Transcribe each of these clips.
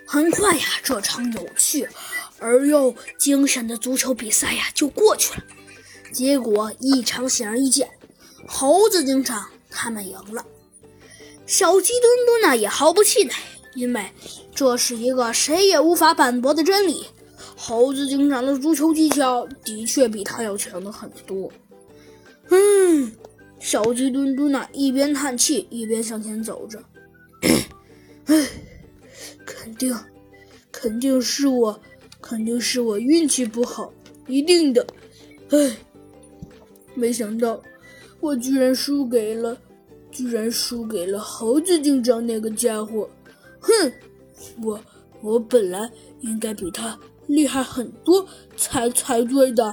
很快呀，这场有趣而又精神的足球比赛呀就过去了。结果一场显而易见，猴子警长他们赢了。小鸡墩墩呢也毫不气馁，因为这是一个谁也无法反驳的真理。猴子警长的足球技巧的确比他要强的很多。小鸡墩墩呢一边叹气一边向前走着。肯定是我运气不好，一定的。没想到我居然输给了猴子警长那个家伙。我本来应该比他厉害很多才对的。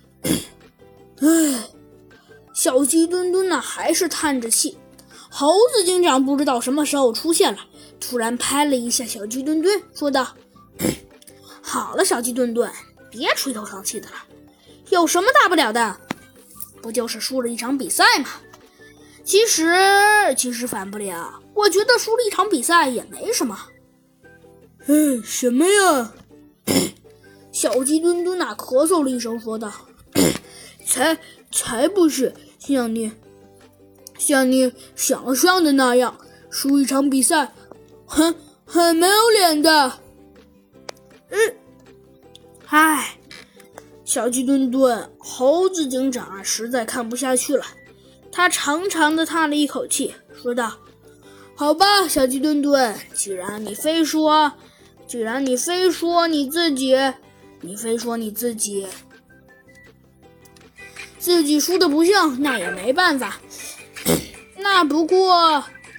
小鸡墩墩呢还是叹着气。猴子警长不知道什么时候出现了，突然拍了一下小鸡墩墩，说道：好了，小鸡墩墩，别垂头丧气的了，有什么大不了的，不就是输了一场比赛吗？其实反不了，我觉得输了一场比赛也没什么。什么呀？小鸡墩墩咳嗽了一声说道：才不是，像你想象的那样，输一场比赛很没有脸的。小鸡墩墩，猴子警长实在看不下去了，他长长的叹了一口气，说道：好吧，小鸡墩墩，既然你非说你自己输的不幸，那也没办法。那不过，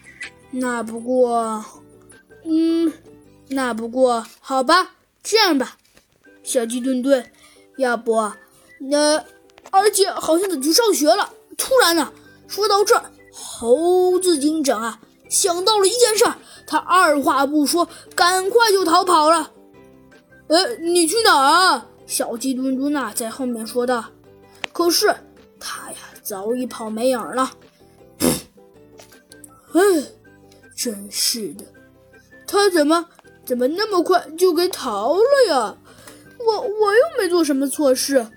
好吧，这样吧，小鸡墩墩，要不，而且好像得去上学了。突然呢，说到这儿，猴子警长想到了一件事，他二话不说，赶快就逃跑了。你去哪儿啊？小鸡墩墩在后面说道。可是他早已跑没影了。真是的，他怎么那么快就给逃了呀？我又没做什么错事。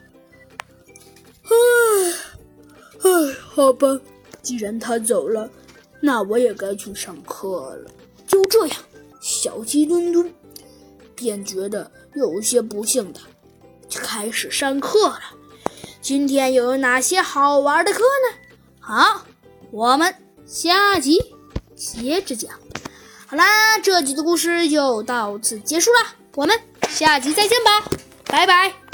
好吧，既然他走了，那我也该去上课了。就这样，小鸡墩墩便觉得有些不幸的就开始上课了。今天又有哪些好玩的课呢？好，我们下集接着讲。好啦，这集的故事就到此结束了，我们下集再见吧，拜拜。